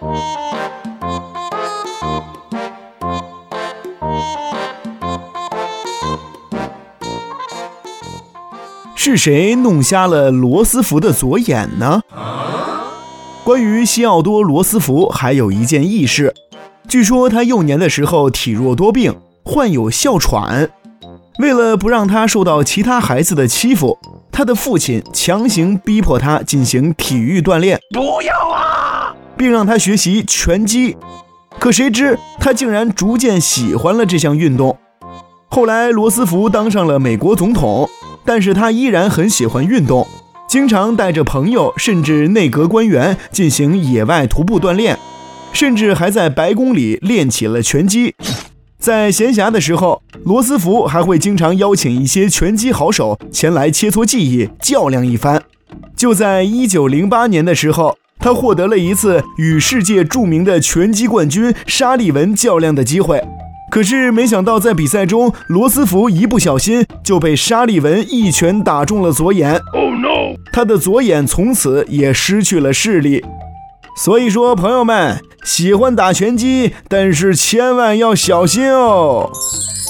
是谁弄瞎了罗斯福的左眼呢？关于西奥多·罗斯福还有一件轶事，据说他幼年的时候体弱多病，患有哮喘。为了不让他受到其他孩子的欺负，他的父亲强行逼迫他进行体育锻炼， 不要啊， 并让他学习拳击。可谁知他竟然逐渐喜欢了这项运动。后来罗斯福当上了美国总统，但是他依然很喜欢运动，经常带着朋友甚至内阁官员进行野外徒步锻炼，甚至还在白宫里练起了拳击。在闲暇的时候，罗斯福还会经常邀请一些拳击好手前来切磋技艺，较量一番。就在1908年的时候，他获得了一次与世界著名的拳击冠军沙利文较量的机会。可是没想到在比赛中，罗斯福一不小心就被沙利文一拳打中了左眼。 Oh no！ 他的左眼从此也失去了视力。所以说，朋友们，喜欢打拳击，但是千万要小心哦。